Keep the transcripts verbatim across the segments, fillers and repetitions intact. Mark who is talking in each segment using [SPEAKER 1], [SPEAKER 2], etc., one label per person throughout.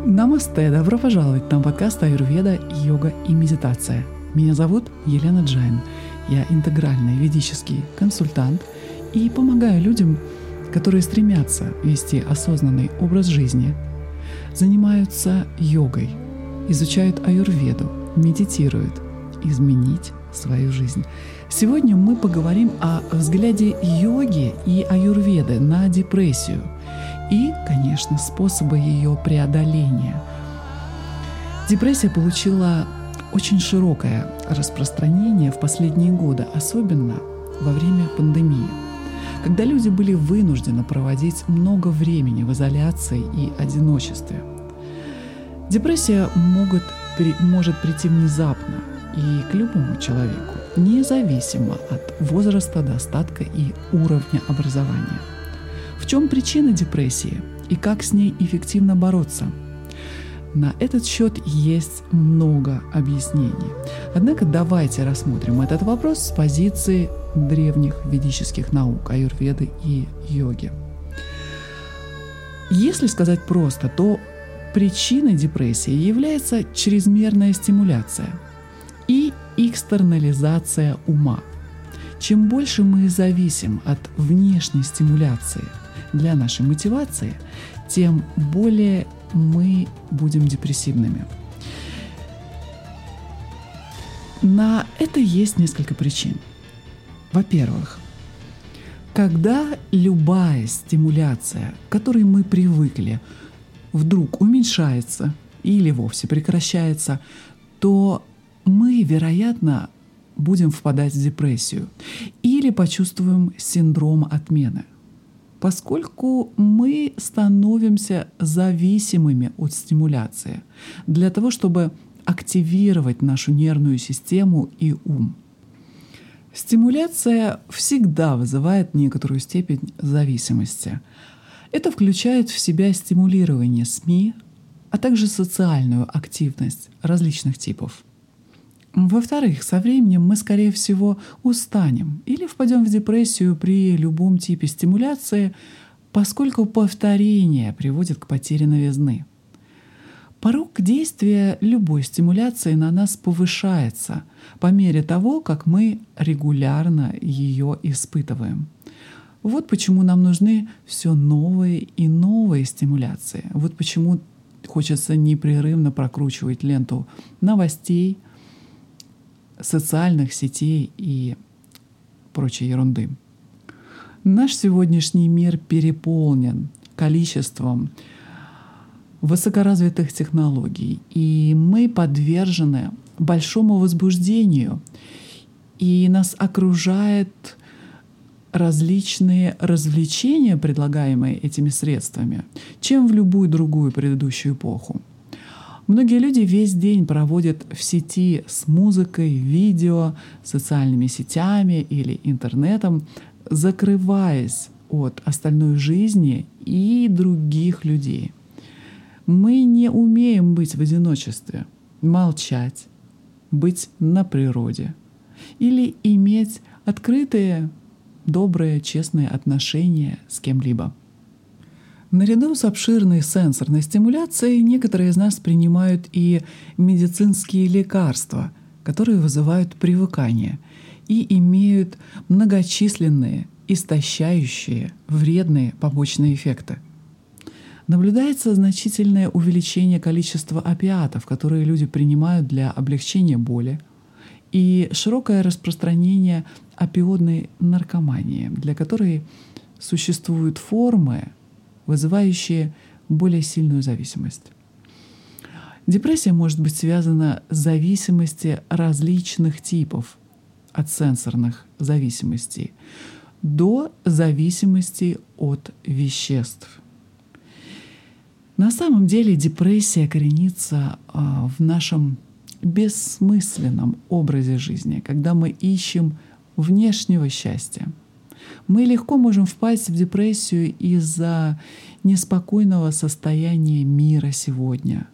[SPEAKER 1] Намасте! Добро пожаловать на подкаст «Аюрведа, йога и медитация». Меня зовут Елена Джайн. Я интегральный ведический консультант и помогаю людям, которые стремятся вести осознанный образ жизни, занимаются йогой, изучают аюрведу, медитируют, изменить свою жизнь. Сегодня мы поговорим о взгляде йоги и аюрведы на депрессию и, конечно, способы ее преодоления. Депрессия получила очень широкое распространение в последние годы, особенно во время пандемии, когда люди были вынуждены проводить много времени в изоляции и одиночестве. Депрессия могут, может прийти внезапно и к любому человеку, независимо от возраста, достатка и уровня образования. В чем причина депрессии и как с ней эффективно бороться? На этот счет есть много объяснений. Однако давайте рассмотрим этот вопрос с позиции древних ведических наук, аюрведы и йоги. Если сказать просто, то причиной депрессии является чрезмерная стимуляция и экстернализация ума. Чем больше мы зависим от внешней стимуляции для нашей мотивации, тем более мы будем депрессивными. На это есть несколько причин. Во-первых, когда любая стимуляция, к которой мы привыкли, вдруг уменьшается или вовсе прекращается, то мы, вероятно, будем впадать в депрессию или почувствуем синдром отмены, поскольку мы становимся зависимыми от стимуляции для того, чтобы активировать нашу нервную систему и ум. Стимуляция всегда вызывает некоторую степень зависимости. Это включает в себя стимулирование СМИ, а также социальную активность различных типов. Во-вторых, со временем мы, скорее всего, устанем или впадем в депрессию при любом типе стимуляции, поскольку повторение приводит к потере новизны. Порог действия любой стимуляции на нас повышается по мере того, как мы регулярно ее испытываем. Вот почему нам нужны все новые и новые стимуляции. Вот почему хочется непрерывно прокручивать ленту новостей, социальных сетей и прочей ерунды. Наш сегодняшний мир переполнен количеством высокоразвитых технологий, и мы подвержены большому возбуждению, и нас окружают различные развлечения, предлагаемые этими средствами, чем в любую другую предыдущую эпоху. Многие люди весь день проводят в сети с музыкой, видео, социальными сетями или интернетом, закрываясь от остальной жизни и других людей. Мы не умеем быть в одиночестве, молчать, быть на природе или иметь открытые, добрые, честные отношения с кем-либо. Наряду с обширной сенсорной стимуляцией некоторые из нас принимают и медицинские лекарства, которые вызывают привыкание и имеют многочисленные, истощающие, вредные побочные эффекты. Наблюдается значительное увеличение количества опиатов, которые люди принимают для облегчения боли, и широкое распространение опиодной наркомании, для которой существуют формы, вызывающие более сильную зависимость. Депрессия может быть связана с зависимостью различных типов, от сенсорных зависимостей до зависимости от веществ. На самом деле депрессия коренится в нашем бессмысленном образе жизни, когда мы ищем внешнего счастья. Мы легко можем впасть в депрессию из-за неспокойного состояния мира сегодня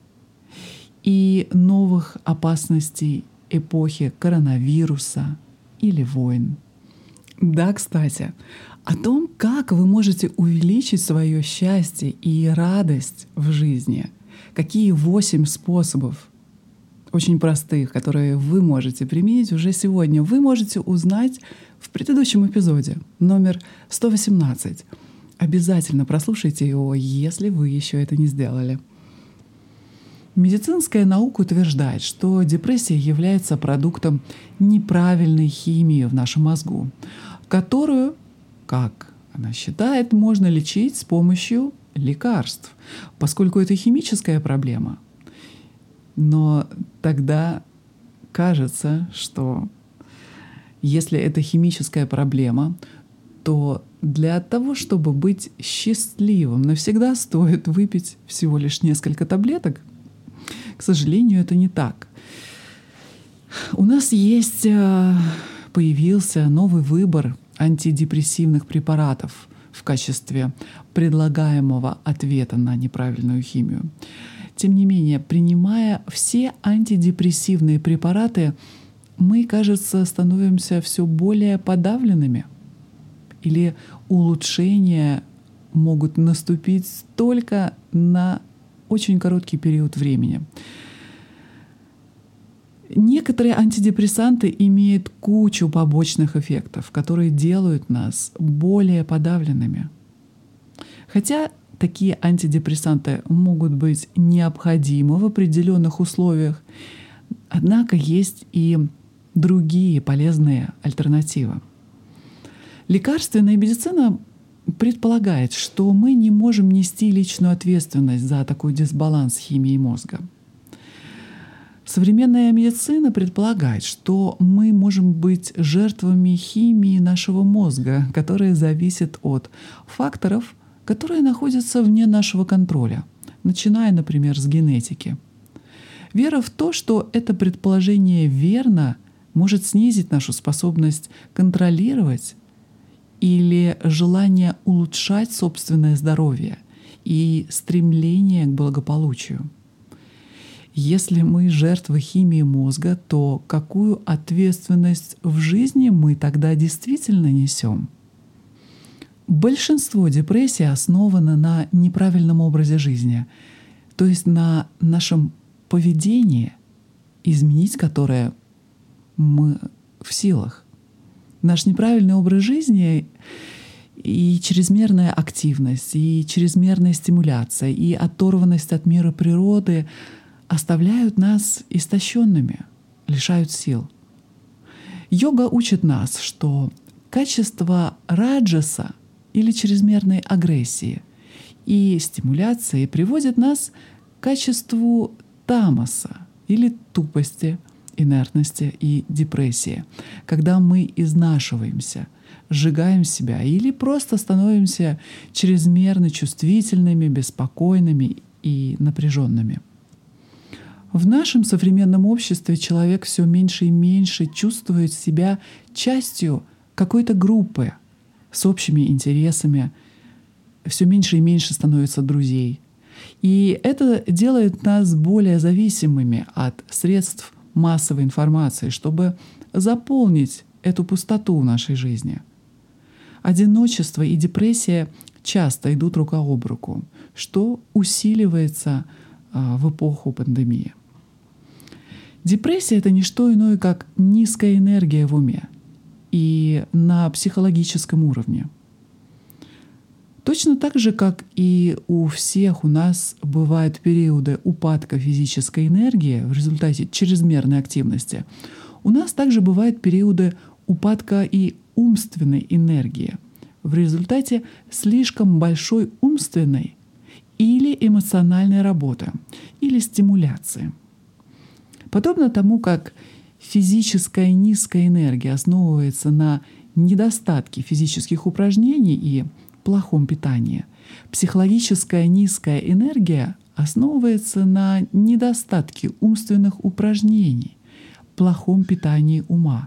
[SPEAKER 1] и новых опасностей эпохи коронавируса или войн. Да, кстати, о том, как вы можете увеличить свое счастье и радость в жизни, какие восемь способов, очень простых, которые вы можете применить уже сегодня, вы можете узнать в предыдущем эпизоде, номер сто восемнадцать. Обязательно прослушайте его, если вы еще это не сделали. Медицинская наука утверждает, что депрессия является продуктом неправильной химии в нашем мозгу, которую, как она считает, можно лечить с помощью лекарств, поскольку это химическая проблема. Но тогда кажется, что если это химическая проблема, то для того, чтобы быть счастливым, навсегда стоит выпить всего лишь несколько таблеток. К сожалению, это не так. У нас есть, появился новый выбор антидепрессивных препаратов в качестве предлагаемого ответа на неправильную химию. Тем не менее, принимая все антидепрессивные препараты, мы, кажется, становимся все более подавленными. Или улучшения могут наступить только на очень короткий период времени. Некоторые антидепрессанты имеют кучу побочных эффектов, которые делают нас более подавленными. Хотя такие антидепрессанты могут быть необходимы в определенных условиях, однако есть и другие полезные альтернативы. Лекарственная медицина предполагает, что мы не можем нести личную ответственность за такой дисбаланс химии мозга. Современная медицина предполагает, что мы можем быть жертвами химии нашего мозга, которая зависит от факторов, которые находятся вне нашего контроля, начиная, например, с генетики. Вера в то, что это предположение верно, может снизить нашу способность контролировать или желание улучшать собственное здоровье и стремление к благополучию. Если мы жертвы химии мозга, то какую ответственность в жизни мы тогда действительно несем? Большинство депрессий основано на неправильном образе жизни, то есть на нашем поведении, изменить которое мы в силах. Наш неправильный образ жизни и чрезмерная активность, и чрезмерная стимуляция, и оторванность от мира природы оставляют нас истощенными, лишают сил. Йога учит нас, что качество раджаса или чрезмерной агрессии и стимуляции приводит нас к качеству тамаса или тупости, инертности и депрессии, когда мы изнашиваемся, сжигаем себя или просто становимся чрезмерно чувствительными, беспокойными и напряженными. В нашем современном обществе человек все меньше и меньше чувствует себя частью какой-то группы с общими интересами, все меньше и меньше становится друзей. И это делает нас более зависимыми от средств массовой информации, чтобы заполнить эту пустоту в нашей жизни. Одиночество и депрессия часто идут рука об руку, что усиливается в эпоху пандемии. Депрессия — это не что иное, как низкая энергия в уме и на психологическом уровне. Точно так же, как и у всех у нас бывают периоды упадка физической энергии в результате чрезмерной активности, у нас также бывают периоды упадка и умственной энергии в результате слишком большой умственной или эмоциональной работы, или стимуляции. Подобно тому, как физическая низкая энергия основывается на недостатке физических упражнений и плохом питании, психологическая низкая энергия основывается на недостатке умственных упражнений, плохом питании ума.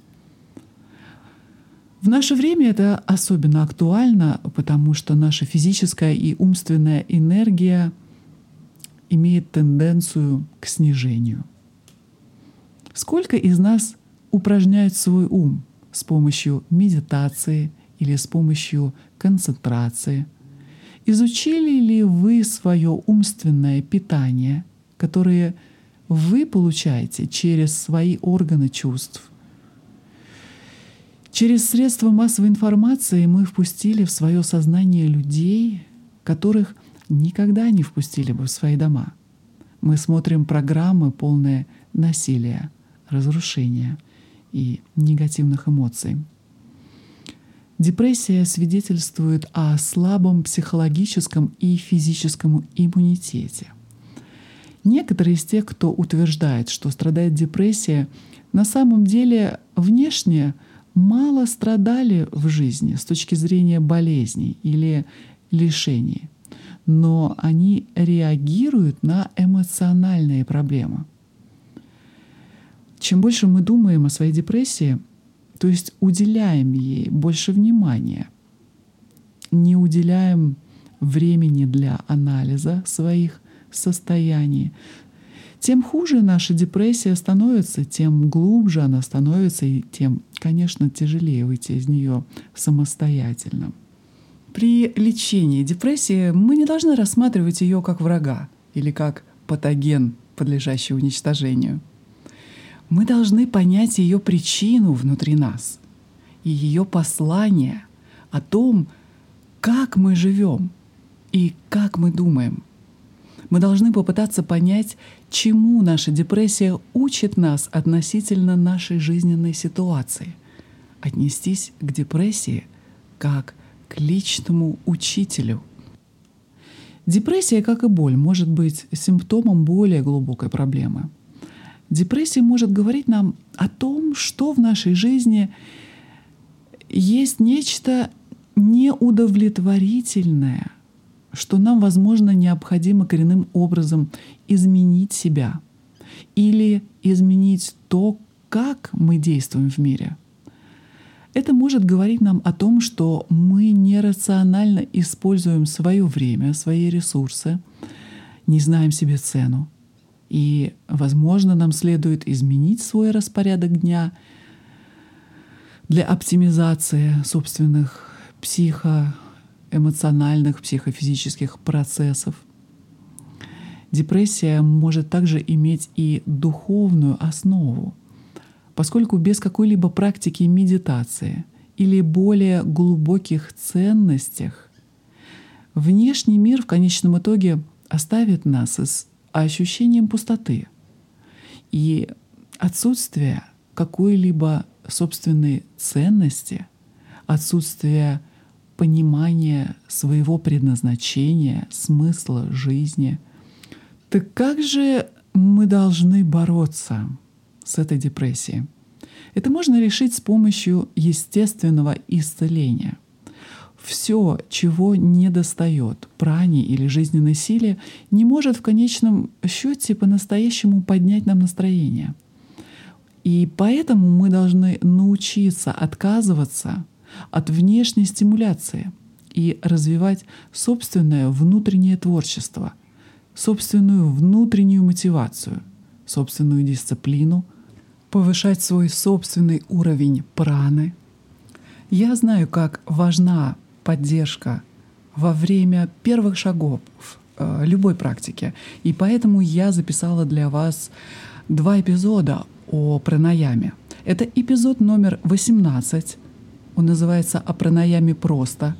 [SPEAKER 1] В наше время это особенно актуально, потому что наша физическая и умственная энергия имеет тенденцию к снижению. Сколько из нас упражняют свой ум с помощью медитации или с помощью концентрации, Изучили ли вы свое умственное питание, которое вы получаете через свои органы чувств? Через средства массовой информации мы впустили в свое сознание людей, которых никогда не впустили бы в свои дома. Мы смотрим программы, полные насилия, разрушения и негативных эмоций. Депрессия свидетельствует о слабом психологическом и физическом иммунитете. Некоторые из тех, кто утверждает, что страдает депрессией, на самом деле внешне мало страдали в жизни с точки зрения болезней или лишений, но они реагируют на эмоциональные проблемы. Чем больше мы думаем о своей депрессии, то есть уделяем ей больше внимания, не уделяем времени для анализа своих состояний, тем хуже наша депрессия становится, тем глубже она становится, и тем, конечно, тяжелее выйти из нее самостоятельно. При лечении депрессии мы не должны рассматривать ее как врага или как патоген, подлежащий уничтожению. Мы должны понять ее причину внутри нас и ее послание о том, как мы живем и как мы думаем. Мы должны попытаться понять, чему наша депрессия учит нас относительно нашей жизненной ситуации. Отнестись к депрессии как к личному учителю. Депрессия, как и боль, может быть симптомом более глубокой проблемы. Депрессия может говорить нам о том, что в нашей жизни есть нечто неудовлетворительное, что нам, возможно, необходимо коренным образом изменить себя или изменить то, как мы действуем в мире. Это может говорить нам о том, что мы нерационально используем свое время, свои ресурсы, не знаем себе цену. И, возможно, нам следует изменить свой распорядок дня для оптимизации собственных психоэмоциональных, психофизических процессов. Депрессия может также иметь и духовную основу, поскольку без какой-либо практики медитации или более глубоких ценностях внешний мир в конечном итоге оставит нас с ощущением пустоты и отсутствия какой-либо собственной ценности, отсутствия понимания своего предназначения, смысла жизни. Так как же мы должны бороться с этой депрессией? Это можно решить с помощью естественного исцеления. Все, чего недостает пране или жизненной силе, не может в конечном счете по-настоящему поднять нам настроение. И поэтому мы должны научиться отказываться от внешней стимуляции и развивать собственное внутреннее творчество, собственную внутреннюю мотивацию, собственную дисциплину, повышать свой собственный уровень праны. Я знаю, как важна поддержка во время первых шагов э, любой практики. И поэтому я записала для вас два эпизода о пранаяме. Это эпизод номер восемнадцать. Он называется «О пранаяме просто».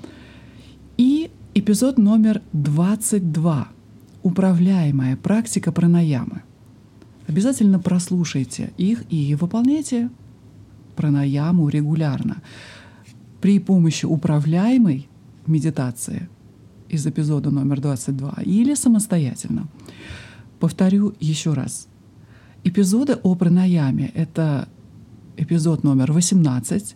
[SPEAKER 1] И эпизод номер двадцать два. Управляемая практика пранаямы. Обязательно прослушайте их и выполняйте пранаяму регулярно. При помощи управляемой медитации из эпизода номер двадцать два или самостоятельно. Повторю еще раз. Эпизоды о пранаяме — это эпизод номер восемнадцать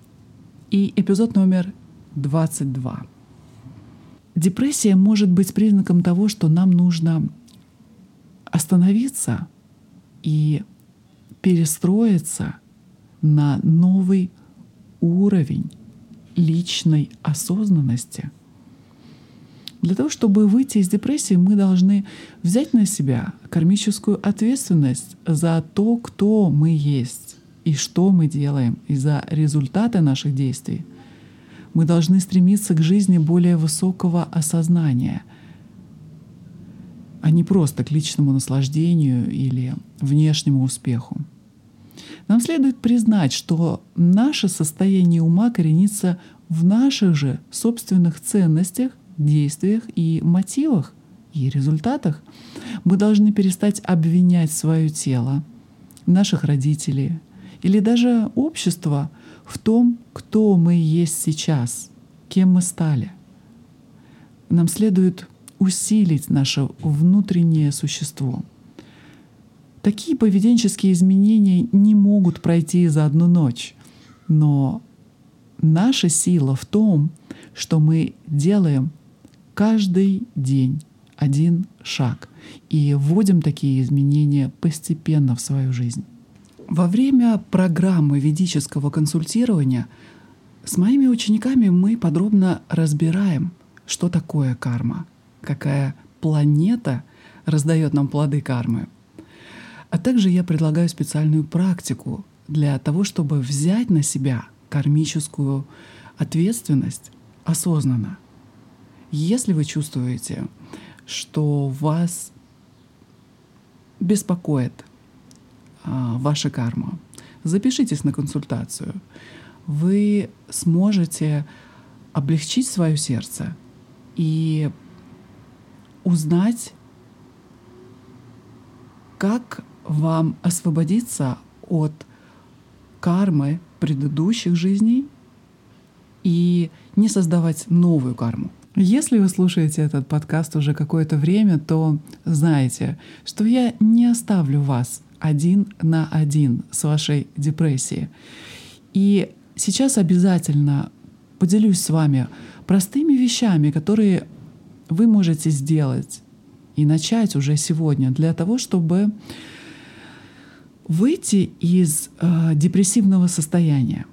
[SPEAKER 1] и эпизод номер двадцать два. Депрессия может быть признаком того, что нам нужно остановиться и перестроиться на новый уровень личной осознанности. Для того, чтобы выйти из депрессии, мы должны взять на себя кармическую ответственность за то, кто мы есть и что мы делаем, и за результаты наших действий. Мы должны стремиться к жизни более высокого осознания, а не просто к личному наслаждению или внешнему успеху. Нам следует признать, что наше состояние ума коренится в наших же собственных ценностях, действиях и мотивах и результатах. Мы должны перестать обвинять свое тело, наших родителей или даже общество в том, кто мы есть сейчас, кем мы стали. Нам следует усилить наше внутреннее существо. Такие поведенческие изменения не могут пройти за одну ночь, но наша сила в том, что мы делаем каждый день один шаг и вводим такие изменения постепенно в свою жизнь. Во время программы ведического консультирования с моими учениками мы подробно разбираем, что такое карма, какая планета раздает нам плоды кармы. А также я предлагаю специальную практику для того, чтобы взять на себя кармическую ответственность осознанно. Если вы чувствуете, что вас беспокоит а, ваша карма, запишитесь на консультацию. Вы сможете облегчить свое сердце и узнать, как вам освободиться от кармы предыдущих жизней и не создавать новую карму. Если вы слушаете этот подкаст уже какое-то время, то знайте, что я не оставлю вас один на один с вашей депрессией. И сейчас обязательно поделюсь с вами простыми вещами, которые вы можете сделать и начать уже сегодня для того, чтобы выйти из э, депрессивного состояния.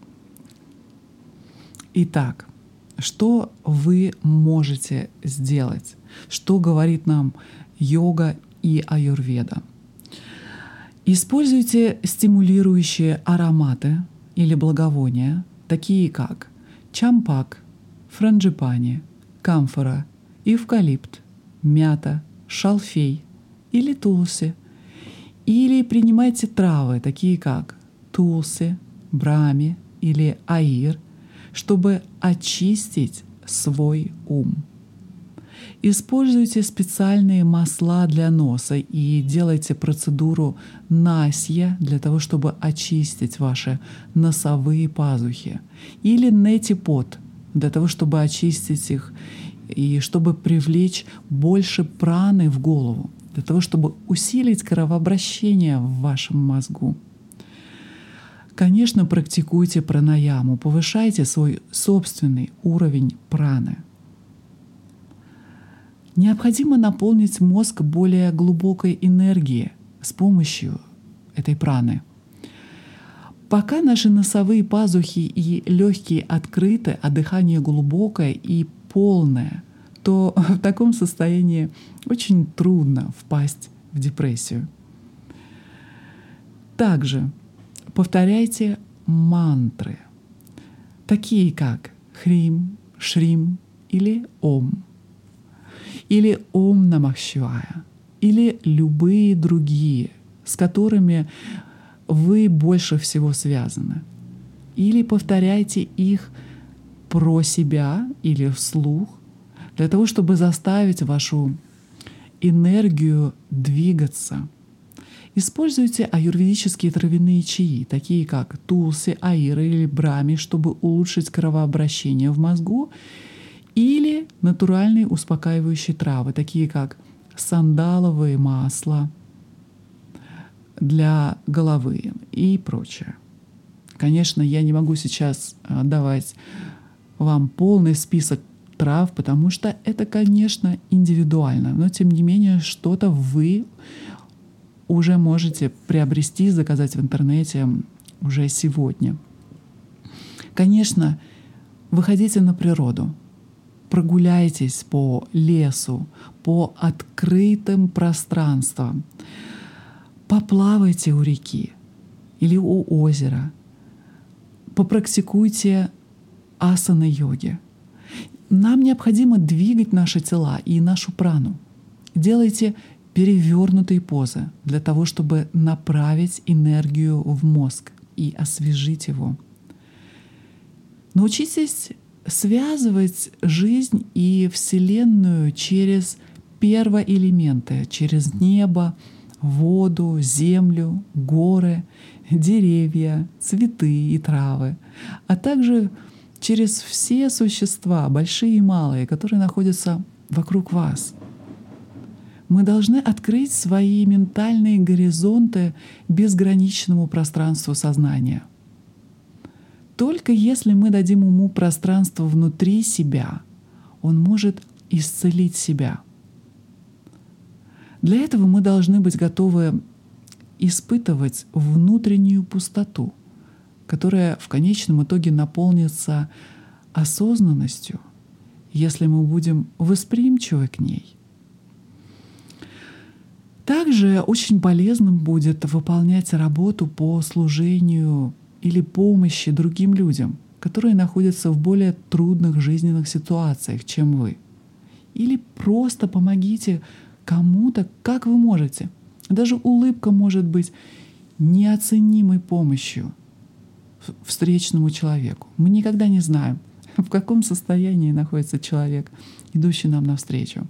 [SPEAKER 1] Итак, что вы можете сделать? Что говорит нам йога и аюрведа? Используйте стимулирующие ароматы или благовония, такие как чампак, франджипани, камфора, эвкалипт, мята, шалфей или тулси. Или принимайте травы, такие как тулси, брахми или аир, чтобы очистить свой ум. Используйте специальные масла для носа и делайте процедуру насья для того, чтобы очистить ваши носовые пазухи. Или нети-пот для того, чтобы очистить их и чтобы привлечь больше праны в голову, для того, чтобы усилить кровообращение в вашем мозгу. Конечно, практикуйте пранаяму, повышайте свой собственный уровень праны. Необходимо наполнить мозг более глубокой энергией с помощью этой праны. Пока наши носовые пазухи и легкие открыты, а дыхание глубокое и полное, то в таком состоянии очень трудно впасть в депрессию. Также повторяйте мантры, такие как Хрим, Шрим или Ом, или Ом Намах Шивая, или любые другие, с которыми вы больше всего связаны. Или повторяйте их про себя или вслух, для того, чтобы заставить вашу энергию двигаться. Используйте аюрведические травяные чаи, такие как тулси, аир или брахми, чтобы улучшить кровообращение в мозгу, или натуральные успокаивающие травы, такие как сандаловое масло для головы и прочее. Конечно, я не могу сейчас давать вам полный список трав, потому что это, конечно, индивидуально, но тем не менее что-то вы уже можете приобрести, заказать в интернете уже сегодня. Конечно, выходите на природу, прогуляйтесь по лесу, по открытым пространствам, поплавайте у реки или у озера, попрактикуйте асана-йоги. Нам необходимо двигать наши тела и нашу прану. Делайте перевернутые позы для того, чтобы направить энергию в мозг и освежить его. Научитесь связывать жизнь и Вселенную через первоэлементы, через небо, воду, землю, горы, деревья, цветы и травы, а также через все существа, большие и малые, которые находятся вокруг вас. Мы должны открыть свои ментальные горизонты безграничному пространству сознания. Только если мы дадим уму пространство внутри себя, он может исцелить себя. Для этого мы должны быть готовы испытывать внутреннюю пустоту, которая в конечном итоге наполнится осознанностью, если мы будем восприимчивы к ней. Также очень полезным будет выполнять работу по служению или помощи другим людям, которые находятся в более трудных жизненных ситуациях, чем вы. Или просто помогите кому-то, как вы можете. Даже улыбка может быть неоценимой помощью встречному человеку. Мы никогда не знаем, в каком состоянии находится человек, идущий нам навстречу.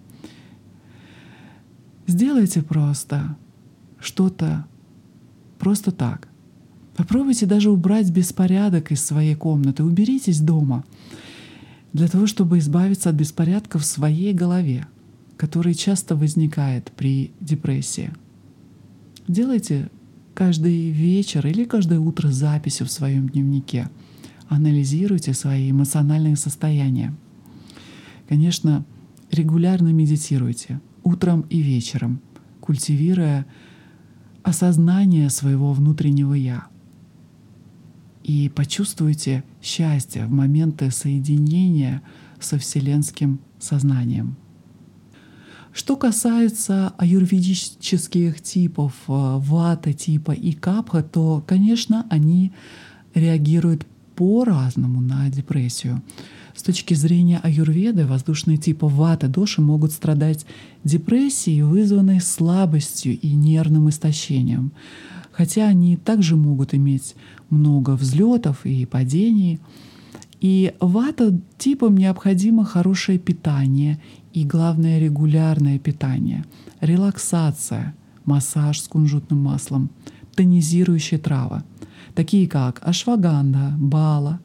[SPEAKER 1] Сделайте просто что-то просто так. Попробуйте даже убрать беспорядок из своей комнаты. Уберитесь дома для того, чтобы избавиться от беспорядка в своей голове, который часто возникает при депрессии. Делайте каждый вечер или каждое утро записи в своем дневнике. Анализируйте свои эмоциональные состояния. Конечно, регулярно медитируйте утром и вечером, культивируя осознание своего внутреннего «я». И почувствуйте счастье в моменты соединения со вселенским сознанием. Что касается аюрведических типов вата типа и капха, то, конечно, они реагируют по-разному на депрессию. С точки зрения аюрведы, воздушные типы вата доши могут страдать депрессией, вызванной слабостью и нервным истощением. Хотя они также могут иметь много взлетов и падений. И вата типам необходимо хорошее питание и, главное, регулярное питание, релаксация, массаж с кунжутным маслом, тонизирующие травы, такие как ашваганда, бала,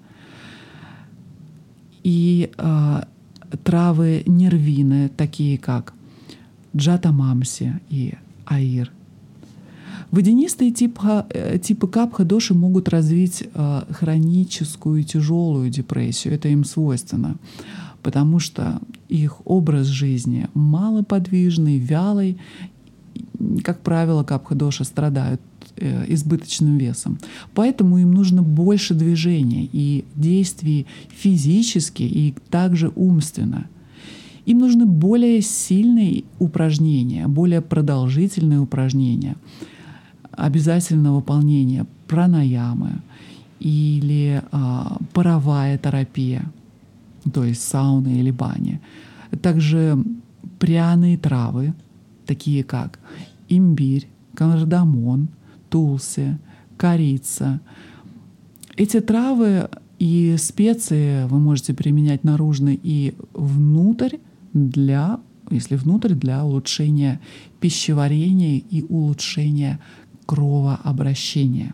[SPEAKER 1] и э, травы нервины, такие как джатамамси и аир. Водянистые типы, типы капха-доши могут развить э, хроническую тяжелую депрессию. Это им свойственно, потому что их образ жизни малоподвижный, вялый. Как правило, капха-доши страдают э, избыточным весом. Поэтому им нужно больше движения и действий физически и также умственно. Им нужны более сильные упражнения, более продолжительные упражнения, обязательно выполнение пранаямы или а, паровая терапия, то есть сауны или бани. Также пряные травы, такие как имбирь, кардамон, тулси, корица. Эти травы и специи вы можете применять наружно и внутрь, для, если внутрь, для улучшения пищеварения и улучшения кровообращения.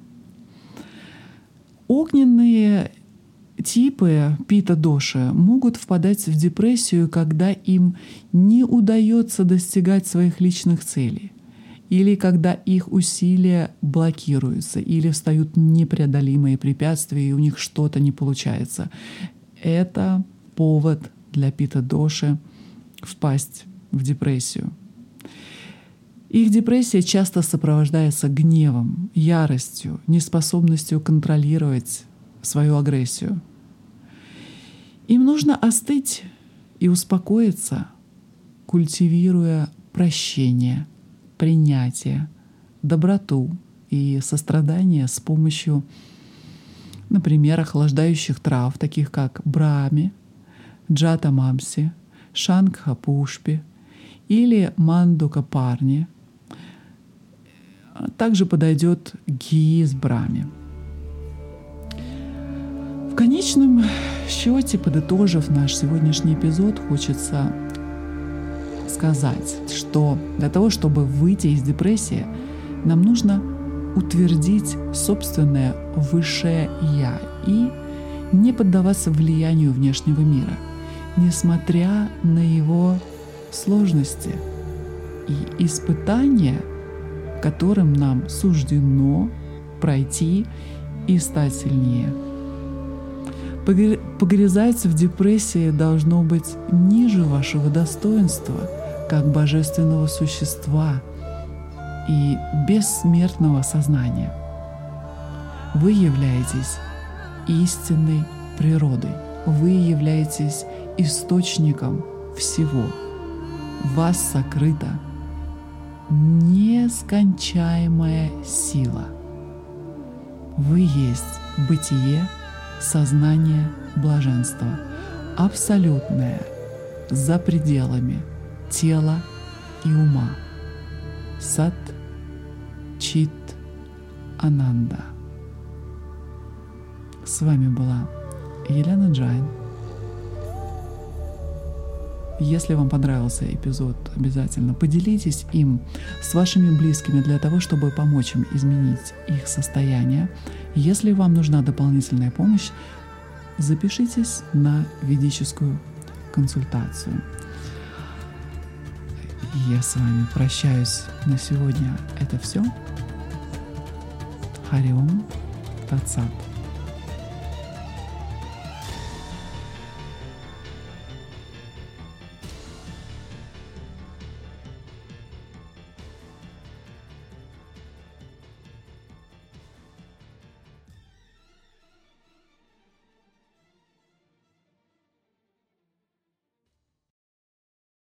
[SPEAKER 1] Огненные типы пита-доши могут впадать в депрессию, когда им не удается достигать своих личных целей, или когда их усилия блокируются, или встают непреодолимые препятствия, и у них что-то не получается. Это повод для пита-доши впасть в депрессию. Их депрессия часто сопровождается гневом, яростью, неспособностью контролировать свою агрессию. Им нужно остыть и успокоиться, культивируя прощение, принятие, доброту и сострадание с помощью например, охлаждающих трав, таких как брахми, джата-мамси, шангха-пушпи или мандука-парни. Также подойдет ги с брахми. В конечном счете, подытожив наш сегодняшний эпизод, хочется сказать, что для того, чтобы выйти из депрессии, нам нужно утвердить собственное высшее «Я» и не поддаваться влиянию внешнего мира, несмотря на его сложности и испытания, которым нам суждено пройти и стать сильнее. Погрязать в депрессии должно быть ниже вашего достоинства, как божественного существа и бессмертного сознания. Вы являетесь истинной природой. Вы являетесь источником всего. В вас сокрыта нескончаемая сила. Вы есть бытие, сознание, блаженство, абсолютное, за пределами тела и ума. Сат, Чит, Ананда. С вами была Елена Джайн. Если вам понравился эпизод, обязательно поделитесь им с вашими близкими для того, чтобы помочь им изменить их состояние. Если вам нужна дополнительная помощь, запишитесь на ведическую консультацию. Я с вами прощаюсь на сегодня. Это все. Хари Ом Тат Сат.